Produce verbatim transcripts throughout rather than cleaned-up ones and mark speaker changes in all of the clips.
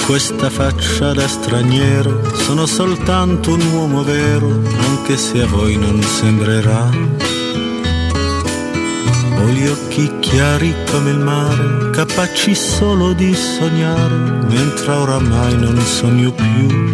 Speaker 1: questa faccia da straniero, sono soltanto un uomo vero, anche se a voi non sembrerà. Ho gli occhi chiari come il mare, capaci solo di sognare, mentre oramai non sogno più.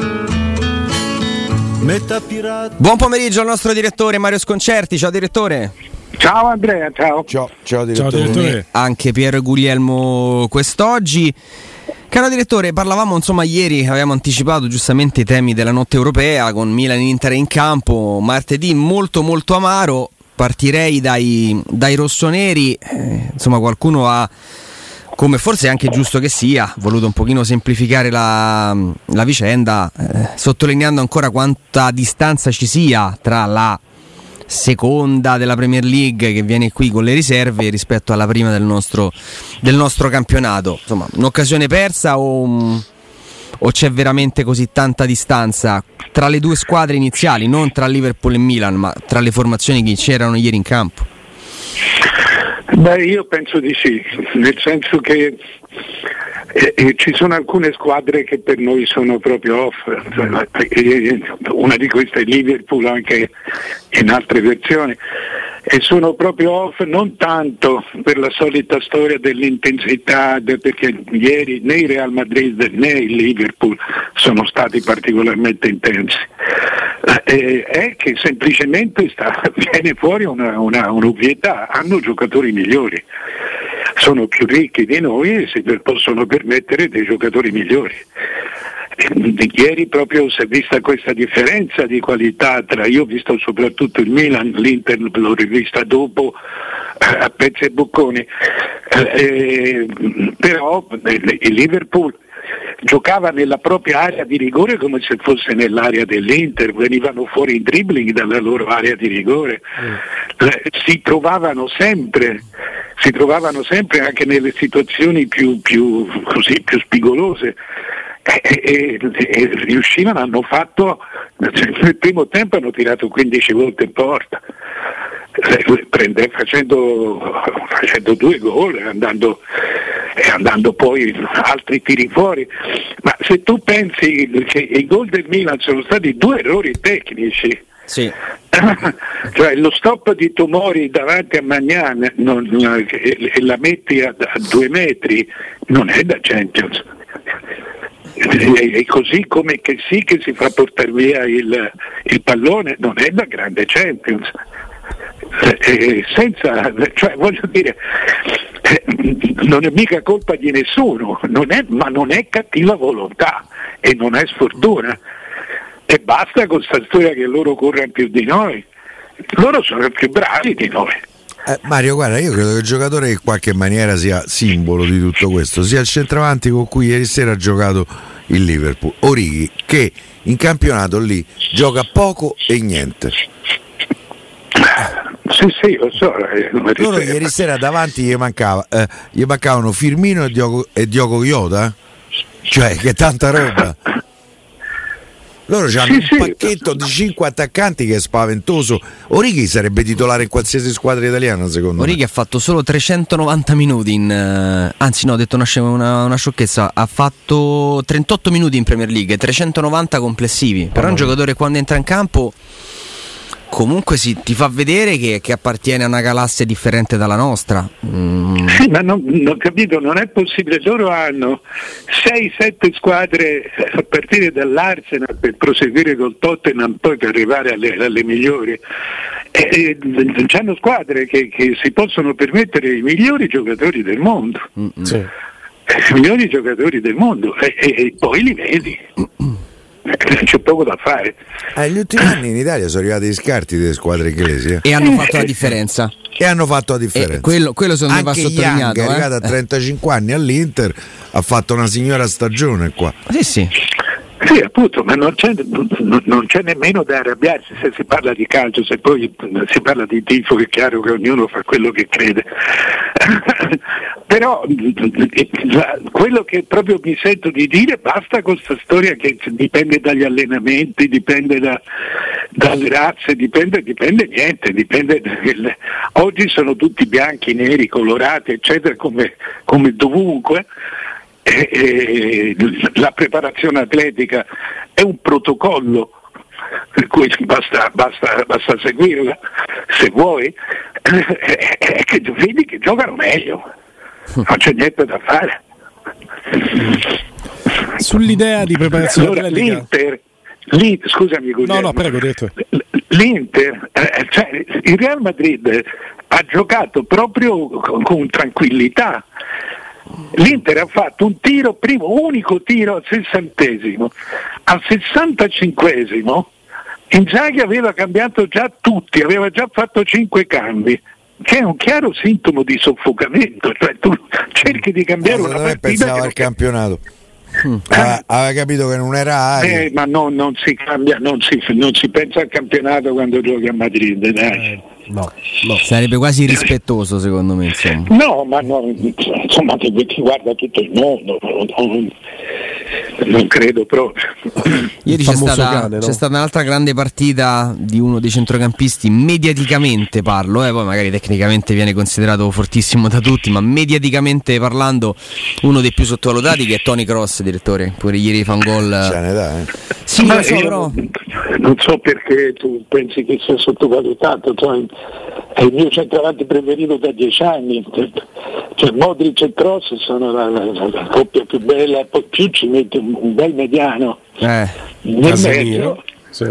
Speaker 1: Metà pirata.
Speaker 2: Buon pomeriggio al nostro direttore Mario Sconcerti. Ciao direttore.
Speaker 3: Ciao Andrea, ciao.
Speaker 4: Ciao, ciao direttore.
Speaker 2: Ciao, direttore. Anche Piero Guglielmo quest'oggi. Caro direttore, parlavamo insomma ieri, avevamo anticipato giustamente i temi della notte europea con Milan e Inter in campo, martedì molto molto amaro. Partirei dai, dai rossoneri, eh, insomma qualcuno ha, come forse è anche giusto che sia, voluto un pochino semplificare la, la vicenda, eh, sottolineando ancora quanta distanza ci sia tra la seconda della Premier League che viene qui con le riserve rispetto alla prima del nostro, del nostro campionato. Insomma, un'occasione persa o, o c'è veramente così tanta distanza tra le due squadre iniziali, non tra Liverpool e Milan, ma tra le formazioni che c'erano ieri in campo?
Speaker 3: Beh, io penso di sì, nel senso che eh, eh, ci sono alcune squadre che per noi sono proprio off, eh, una di queste è Liverpool anche in altre versioni, e sono proprio off non tanto per la solita storia dell'intensità, perché ieri né il Real Madrid né il Liverpool sono stati particolarmente intensi, eh, è che semplicemente sta, viene fuori una, una, un'ovvietà, hanno giocatori migliori, sono più ricchi di noi e si possono permettere dei giocatori migliori. Ieri proprio si è vista questa differenza di qualità tra, io ho visto soprattutto il Milan, l'Inter l'ho rivista dopo eh, a pezzi e bocconi, eh, però il Liverpool giocava nella propria area di rigore come se fosse nell'area dell'Inter, venivano fuori in dribbling dalla loro area di rigore, mm. eh, si trovavano sempre si trovavano sempre anche nelle situazioni più, più, così, più spigolose. E, e, e riuscivano, hanno fatto nel primo tempo hanno tirato quindici volte in porta, prende, facendo, facendo due gol e andando, e andando poi altri tiri fuori. Ma se tu pensi che i gol del Milan sono stati due errori tecnici,
Speaker 2: sì.
Speaker 3: Cioè lo stop di Tomori davanti a Magnan non, e la metti a, a due metri non è da Champions. E così come che sì che si fa portare via il, il pallone non è da grande Champions, eh, senza, cioè voglio dire, eh, non è mica colpa di nessuno, non è, ma non è cattiva volontà e non è sfortuna, e basta con questa storia che loro corrono più di noi, loro sono più bravi di noi.
Speaker 4: Eh, Mario, guarda, io credo che il giocatore in qualche maniera sia simbolo di tutto questo, sia il centravanti con cui ieri sera ha giocato il Liverpool, Origi, che in campionato lì gioca poco e niente.
Speaker 3: Sì, sì, lo so.
Speaker 4: Loro ieri sera davanti gli, mancava, eh, gli mancavano Firmino e Diogo, e Diogo Jota, cioè che tanta roba. Loro hanno sì, un sì. pacchetto di cinque attaccanti che è spaventoso. Origi sarebbe titolare in qualsiasi squadra italiana, secondo
Speaker 2: Origi
Speaker 4: me.
Speaker 2: ha fatto solo trecentonovanta minuti in, uh, anzi no, ho detto una, una, una sciocchezza, ha fatto trentotto minuti in Premier League, trecentonovanta complessivi. Però è un giocatore quando entra in campo comunque si, ti fa vedere che, che appartiene a una galassia differente dalla nostra. Mm.
Speaker 3: Sì, ma non ho capito, non è possibile. Loro hanno sei sette squadre a partire dall'Arsenal per proseguire col Tottenham, poi per arrivare alle, alle migliori. E, e, c'hanno squadre che, che si possono permettere i migliori giocatori del mondo.
Speaker 2: Mm-hmm. Sì.
Speaker 3: I migliori giocatori del mondo e, e, e poi li vedi. C'è poco da fare.
Speaker 4: Eh, negli ultimi anni in Italia sono arrivati gli scarti delle squadre inglesi eh.
Speaker 2: e hanno fatto la differenza.
Speaker 4: E hanno fatto la differenza.
Speaker 2: E quello, quello secondo me va sottolineato.
Speaker 4: Anche Young, è arrivato
Speaker 2: eh?
Speaker 4: a trentacinque anni all'Inter, ha fatto una signora stagione qua.
Speaker 2: Sì, sì.
Speaker 3: Sì, appunto, ma non c'è, non c'è nemmeno da arrabbiarsi se si parla di calcio, se poi si parla di tifo, che è chiaro che ognuno fa quello che crede. Però quello che proprio mi sento di dire, basta con questa storia che dipende dagli allenamenti, dipende da, dalle razze, dipende, dipende niente, dipende dalle, oggi sono tutti bianchi, neri, colorati, eccetera, come, come dovunque. eh, eh, la preparazione atletica è un protocollo per cui basta, basta, basta seguirla se vuoi, eh, eh, che vedi che giocano meglio, non c'è niente da fare.
Speaker 5: Sull'idea di preparazione
Speaker 3: allora,
Speaker 5: atletica
Speaker 3: l'Inter, l'Inter scusami Guglielmo,
Speaker 5: no no prego direttore.
Speaker 3: L'Inter, eh, cioè, il Real Madrid ha giocato proprio con, con tranquillità. L'Inter ha fatto un tiro, primo unico tiro al sessantesimo, al sessantacinquesimo Inzaghi aveva cambiato già tutti, aveva già fatto cinque cambi, che è un chiaro sintomo di soffocamento, cioè tu cerchi di cambiare
Speaker 4: no,
Speaker 3: una partita.
Speaker 4: Pensava al
Speaker 3: che...
Speaker 4: campionato. Mm. Ah, aveva capito che non era aria.
Speaker 3: Eh, ma no, non si cambia, non si, non si pensa al campionato quando giochi a Madrid, dai.
Speaker 5: Eh, no, no.
Speaker 2: Sarebbe quasi rispettoso secondo me, insomma.
Speaker 3: No, ma no, insomma ti, ti guarda tutto il mondo, non, non credo proprio.
Speaker 2: Ieri c'è stata, cane, no? c'è stata un'altra grande partita di uno dei centrocampisti, mediaticamente parlo, eh, poi magari tecnicamente viene considerato fortissimo da tutti, ma mediaticamente parlando uno dei più sottovalutati, che è Toni Kroos, direttore, pure ieri fa un gol.
Speaker 4: Ce ne dà, eh?
Speaker 2: Sì,
Speaker 3: ma
Speaker 2: lo so,
Speaker 3: io
Speaker 2: però
Speaker 3: non so perché tu pensi che sia sottovalutato, cioè, è il mio centravanti preferito da dieci anni, cioè Modric e Kroos sono la, la, la, la coppia più bella, poi più ci mette un, un bel mediano
Speaker 2: eh,
Speaker 3: nel mezzo,
Speaker 5: sì.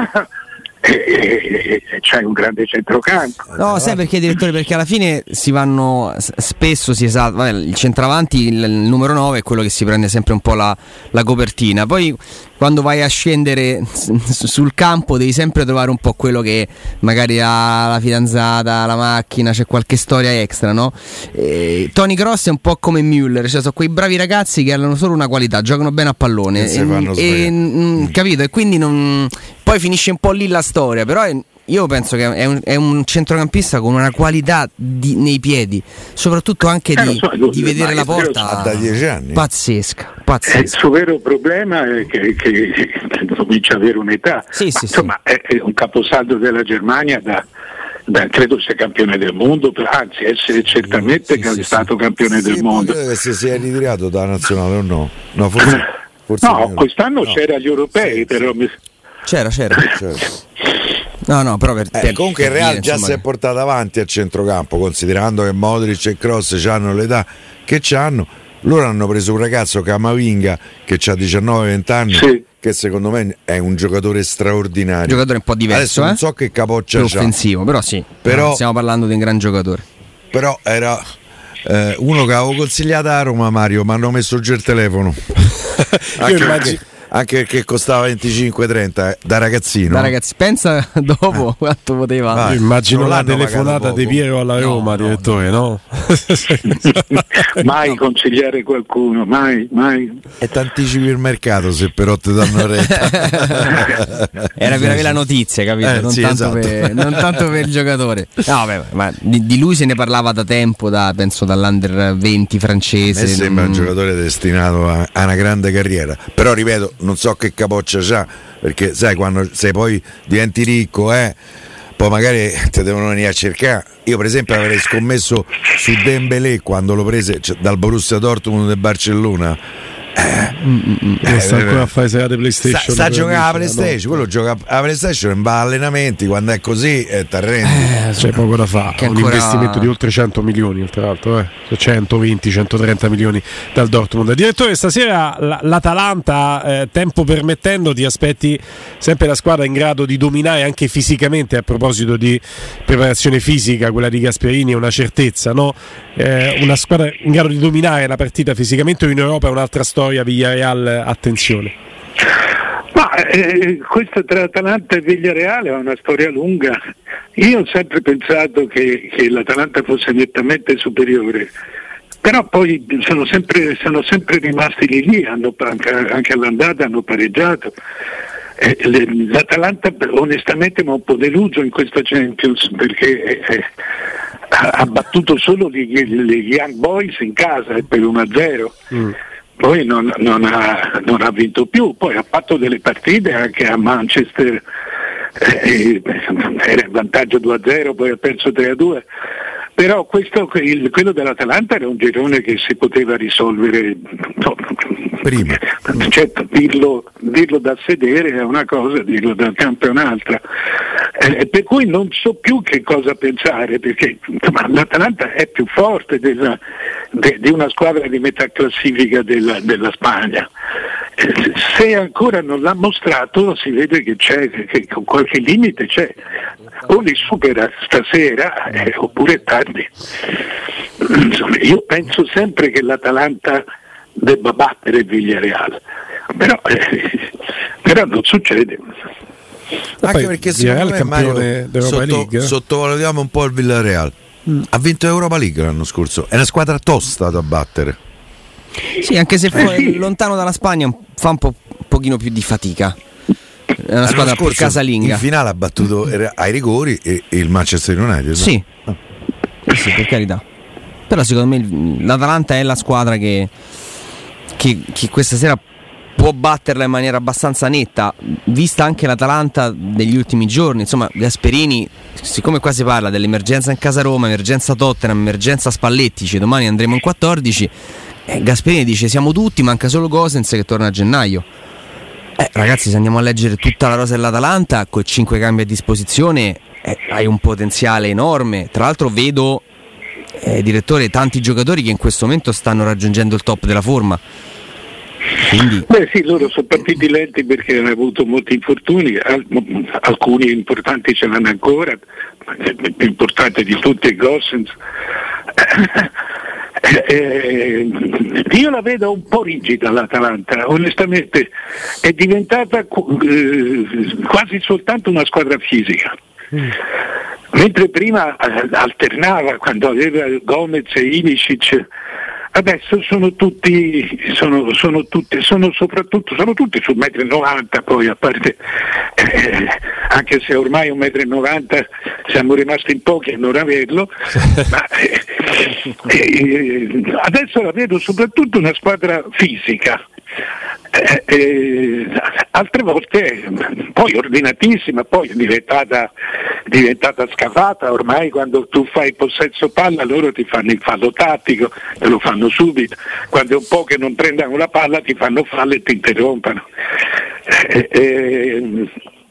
Speaker 3: E c'è un grande centrocampo.
Speaker 2: No, sai perché, direttore? Perché alla fine si vanno spesso si esalta, il centravanti, il, il numero nove è quello che si prende sempre un po' la, la copertina. Poi quando vai a scendere sul campo devi sempre trovare un po' quello che magari ha la fidanzata, la macchina, c'è qualche storia extra, no? E Toni Kroos è un po' come Müller, cioè sono quei bravi ragazzi che hanno solo una qualità, giocano bene a pallone e, e, e, capito? E quindi non, poi finisce un po' lì la storia, però è, io penso che è un, è un centrocampista con una qualità di, nei piedi, soprattutto anche di, eh, so, di vedere la porta
Speaker 4: da dieci anni.
Speaker 2: Pazzesca, pazzesca.
Speaker 3: Eh, il suo vero problema è che, che, che comincia ad avere un'età,
Speaker 2: sì, sì,
Speaker 3: insomma sì. È, è un caposaldo della Germania da, da credo sia campione del mondo, anzi essere certamente sì, che sì, è stato sì. campione
Speaker 4: sì,
Speaker 3: del mondo.
Speaker 4: Se si è ritirato da nazionale o no? No, forse, forse
Speaker 3: no quest'anno no. C'era agli europei,
Speaker 4: sì,
Speaker 3: però
Speaker 4: sì.
Speaker 2: c'era, c'era.
Speaker 4: Certo.
Speaker 2: No, no, però per,
Speaker 4: eh,
Speaker 2: per
Speaker 4: comunque il Real
Speaker 2: dire,
Speaker 4: già
Speaker 2: insomma,
Speaker 4: si è portato avanti a centrocampo, considerando che Modric e Kroos hanno l'età che hanno. Loro hanno preso un ragazzo Camavinga che ha diciannove venti anni, sì. che secondo me è un giocatore straordinario. Un
Speaker 2: giocatore un po' diverso.
Speaker 4: Adesso
Speaker 2: eh?
Speaker 4: non so che capoccia
Speaker 2: c'ha. offensivo, però sì. Però, stiamo parlando di un gran giocatore.
Speaker 4: Però era eh, uno che avevo consigliato a Roma, Mario, mi hanno messo giù il telefono. Io immagino. Anche perché costava venticinque trenta eh, da ragazzino.
Speaker 2: Da ragazzi, pensa dopo eh. quanto poteva.
Speaker 5: Vai, immagino la telefonata di Piero alla Roma, no, direttore, no?
Speaker 3: no? Mai consigliare qualcuno, mai, mai.
Speaker 4: E t'anticipi il mercato se però ti danno retta.
Speaker 2: Era per avere la notizia, capito?
Speaker 4: Eh,
Speaker 2: non,
Speaker 4: sì,
Speaker 2: tanto
Speaker 4: esatto.
Speaker 2: per, non tanto per il giocatore. No, vabbè, ma di, di lui se ne parlava da tempo, da, penso dall'Under venti francese.
Speaker 4: A me sembra
Speaker 2: non...
Speaker 4: un giocatore destinato a, a una grande carriera. Però ripeto, non so che capoccia c'ha, perché sai quando sei poi diventi ricco eh, poi magari ti devono venire a cercare. Io per esempio avrei scommesso su Dembélé quando lo prese, cioè, dal Borussia Dortmund del Barcellona. Eh,
Speaker 5: mm, eh, sta ancora a fare serate PlayStation.
Speaker 4: Sta, sta a giocare a PlayStation, no. Quello gioca a PlayStation, va a allenamenti, quando è così eh, t'arrendi.
Speaker 5: Eh, c'è poco da fare. Un ancora... investimento di oltre cento milioni, tra l'altro, eh. centoventi centotrenta milioni dal Dortmund. Direttore, stasera l'Atalanta, eh, tempo permettendo, ti aspetti sempre la squadra in grado di dominare anche fisicamente. A proposito di preparazione fisica, quella di Gasperini è una certezza, no? Eh, una squadra in grado di dominare la partita fisicamente o in Europa è un'altra storia. Villarreal, attenzione.
Speaker 3: Ma eh, questa tra Atalanta e Villarreal è una storia lunga. Io ho sempre pensato che, che l'Atalanta fosse nettamente superiore, però poi sono sempre, sono sempre rimasti lì lì, hanno, anche, anche all'andata hanno pareggiato. Eh, L'Atalanta onestamente mi ha un po' deluso in questa Champions, perché eh, ha battuto solo gli, gli Young Boys in casa per uno a zero. Mm. Poi non, non, ha, non ha vinto più, poi ha fatto delle partite anche a Manchester, eh, era in vantaggio due a zero, poi ha perso tre a due, però questo, il, quello dell'Atalanta era un girone che si poteva risolvere no,
Speaker 4: prima.
Speaker 3: Certo, dirlo, dirlo da sedere è una cosa, dirlo dal campo è un'altra, eh, per cui non so più che cosa pensare, perché insomma, l'Atalanta è più forte della, de, di una squadra di metà classifica della, della Spagna. Eh, se ancora non l'ha mostrato si vede che c'è, che con qualche limite c'è, o li supera stasera eh, oppure è tardi. Insomma, io penso sempre che l'Atalanta debba battere il Villarreal, però, eh, però non succede.
Speaker 4: Anche poi, perché secondo me Mario, sotto, sottovalutiamo un po' il Villarreal. Mm. Ha vinto Europa League l'anno scorso, è una squadra tosta da battere.
Speaker 2: Sì, anche se eh, sì. lontano dalla Spagna fa un po' un pochino più di fatica. È una squadra più casalinga.
Speaker 4: In finale ha battuto ai rigori e, e il Manchester United.
Speaker 2: Sì. No? Sì, per carità. Però secondo me l'Atalanta è la squadra che, che, che questa sera può batterla in maniera abbastanza netta, vista anche l'Atalanta degli ultimi giorni. Insomma, Gasperini, siccome qua si parla dell'emergenza in casa Roma, emergenza Tottenham, emergenza Spalletti, cioè domani andremo in quattordici, eh, Gasperini dice siamo tutti, manca solo Gosens che torna a gennaio. Eh, ragazzi, se andiamo a leggere tutta la rosa dell'Atalanta con cinque cambi a disposizione, eh, hai un potenziale enorme. Tra l'altro vedo, eh, direttore, tanti giocatori che in questo momento stanno raggiungendo il top della forma. Quindi...
Speaker 3: Beh sì, loro sono partiti lenti perché hanno avuto molti infortuni, alcuni importanti ce l'hanno ancora, il più importante di tutti è Gosens. Eh, io la vedo un po' rigida l'Atalanta, onestamente è diventata eh, quasi soltanto una squadra fisica, mm. mentre prima eh, alternava quando aveva Gomez e Ilicic. Adesso sono tutti, sono, sono tutti, sono soprattutto, sono tutti sul metro e novanta, poi a parte, eh, anche se ormai un metro e novanta siamo rimasti in pochi a non averlo, ma eh, eh, adesso la vedo soprattutto una squadra fisica. Eh, eh, altre volte poi ordinatissima, poi è diventata, diventata scafata. Ormai quando tu fai possesso palla loro ti fanno il fallo tattico, te lo fanno subito, quando è un po' che non prendano la palla ti fanno fallo e ti interrompono. Eh, eh,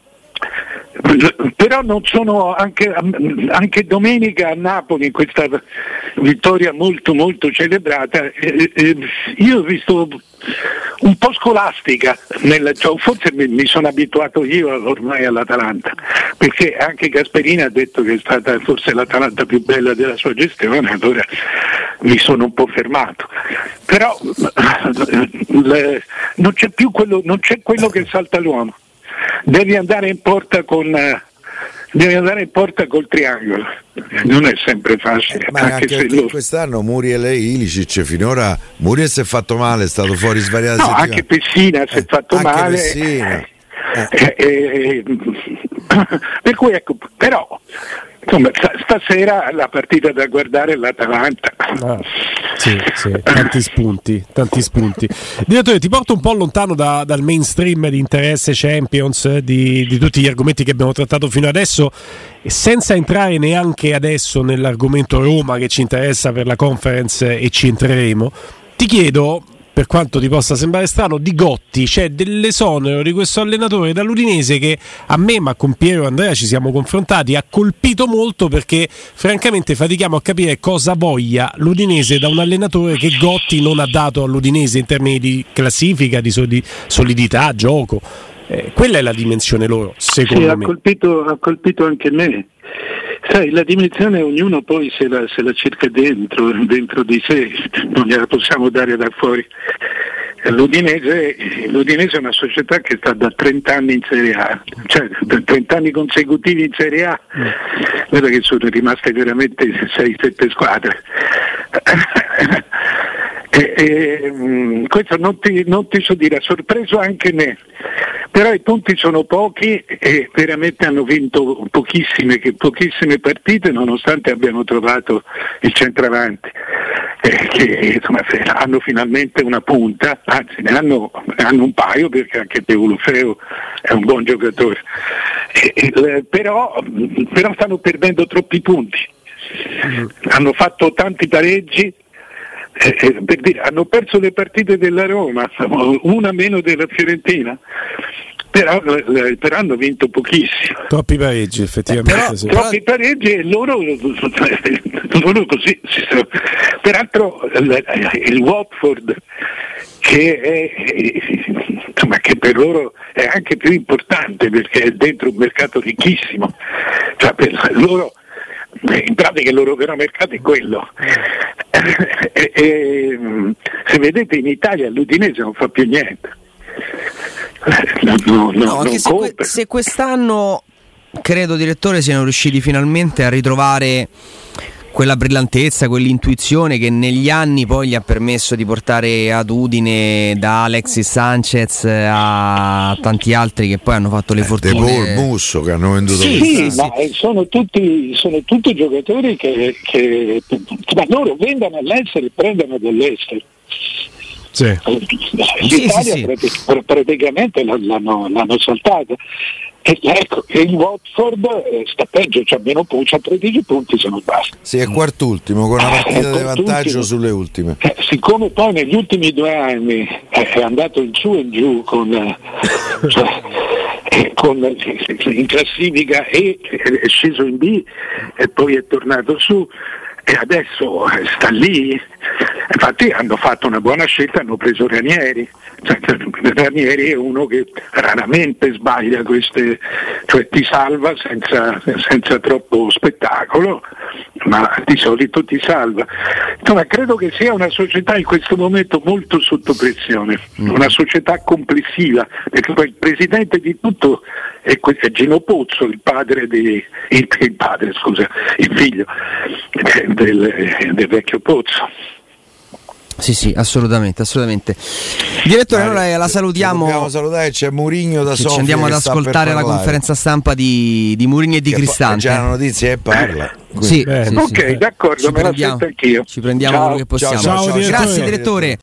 Speaker 3: però non sono anche, anche domenica a Napoli, in questa vittoria molto molto celebrata, eh, eh, io ho visto un po' scolastica nel, cioè, forse mi, mi sono abituato io ormai all'Atalanta, perché anche Gasperini ha detto che è stata forse l'Atalanta più bella della sua gestione, allora mi sono un po' fermato, però le, non c'è più quello, non c'è quello che salta l'uomo. Devi andare in porta con uh, devi andare in porta col triangolo, non è sempre facile,
Speaker 4: eh, ma
Speaker 3: anche,
Speaker 4: anche
Speaker 3: se
Speaker 4: perché
Speaker 3: lo...
Speaker 4: quest'anno Muriel e Ilicic finora Muriel si è fatto male, è stato fuori svariate
Speaker 3: no,
Speaker 4: settimane.
Speaker 3: Anche Pessina si è
Speaker 4: eh,
Speaker 3: fatto
Speaker 4: anche
Speaker 3: male
Speaker 4: Pessina.
Speaker 3: Eh. Eh, eh, per cui ecco, però insomma, stasera la partita da guardare è l'Atalanta.
Speaker 5: Ah, sì, sì, tanti spunti, tanti spunti. Direttore, ti porto un po' lontano da, dal mainstream di interesse Champions, di, di tutti gli argomenti che abbiamo trattato fino adesso, e senza entrare neanche adesso nell'argomento Roma che ci interessa per la conference, e ci entreremo. Ti chiedo, per quanto ti possa sembrare strano, di Gotti, cioè dell'esonero di questo allenatore dall'Udinese che a me, ma con Piero e Andrea ci siamo confrontati, ha colpito molto, perché francamente fatichiamo a capire cosa voglia l'Udinese da un allenatore che Gotti non ha dato all'Udinese in termini di classifica, di solidità, gioco. Eh, quella è la dimensione loro, secondo
Speaker 3: sì,
Speaker 5: me.
Speaker 3: Ha colpito, ha colpito anche me. Sai, la dimensione ognuno poi se la, se la cerca dentro, dentro di sé, non gliela possiamo dare da fuori. L'Udinese, L'Udinese è una società che sta da trenta anni in Serie A, cioè da trenta anni consecutivi in Serie A, vedo che sono rimaste veramente sei sette squadre. E, e, questo non ti, non ti so dire, ha sorpreso anche me, però i punti sono pochi e veramente hanno vinto pochissime, che, pochissime partite, nonostante abbiano trovato il centravanti, eh, che insomma, hanno finalmente una punta, anzi ne hanno, ne hanno un paio, perché anche Deulofeu è un buon giocatore, e, e, però, però stanno perdendo troppi punti. mm. hanno fatto tanti pareggi, eh, eh, per dire, hanno perso le partite della Roma, una meno della Fiorentina. Però, però hanno vinto pochissimo.
Speaker 5: Troppi pareggi, effettivamente.
Speaker 3: Eh, però,
Speaker 5: sì.
Speaker 3: Troppi pareggi e loro, loro così. Peraltro il Watford, che è, insomma, che per loro è anche più importante perché è dentro un mercato ricchissimo. Cioè per loro, in pratica il loro vero mercato è quello. E, e, se vedete in Italia l'Udinese non fa più niente. No, no, no,
Speaker 2: no, anche se, que- se quest'anno credo, direttore, siano riusciti finalmente a ritrovare quella brillantezza, quell'intuizione che negli anni poi gli ha permesso di portare ad Udine da Alexis Sanchez a tanti altri che poi hanno fatto le fortune.
Speaker 4: De Paul, Musso, che hanno venduto.
Speaker 3: Sì, sì, sì, ma sono tutti, sono tutti giocatori che, che ma loro vendono all'estero e prendono dall'estero.
Speaker 5: Sì.
Speaker 3: L'Italia sì, sì, sì. praticamente l'hanno, l'hanno saltata. E, ecco, e il Watford eh, sta peggio, c'ha meno punti, c'ha tredici punti se non basta.
Speaker 4: Sì, è quartultimo con una partita
Speaker 3: eh,
Speaker 4: di vantaggio sulle ultime.
Speaker 3: Eh, siccome poi negli ultimi due anni eh, è andato in su e in giù con, eh, cioè, eh, con in classifica e è sceso in B e poi è tornato su. E adesso sta lì, infatti hanno fatto una buona scelta, hanno preso Ranieri, cioè, Ranieri è uno che raramente sbaglia queste, cioè ti salva senza, senza troppo spettacolo, ma di solito ti salva. Insomma, credo che sia una società in questo momento molto sotto pressione, una società complessiva, perché poi il presidente di tutto è, è Gino Pozzo, il padre di, il, il padre, scusa, il figlio del, del vecchio Pozzo.
Speaker 2: Sì, sì, assolutamente, assolutamente. Direttore, allora la, la salutiamo.
Speaker 4: Dobbiamo salutare, c'è Mourinho da Sofia.
Speaker 2: Ci andiamo ad ascoltare la conferenza stampa di, di Mourinho e di che Cristante.
Speaker 4: C'è la notizia e parla.
Speaker 2: Sì, beh, sì,
Speaker 3: ok,
Speaker 2: sì.
Speaker 3: d'accordo,
Speaker 2: ci
Speaker 3: me la
Speaker 2: prendiamo,
Speaker 3: sento anch'io.
Speaker 2: Ci prendiamo
Speaker 3: ciao,
Speaker 2: quello che possiamo.
Speaker 5: Ciao, ciao,
Speaker 2: Grazie,
Speaker 5: direttore.
Speaker 2: direttore.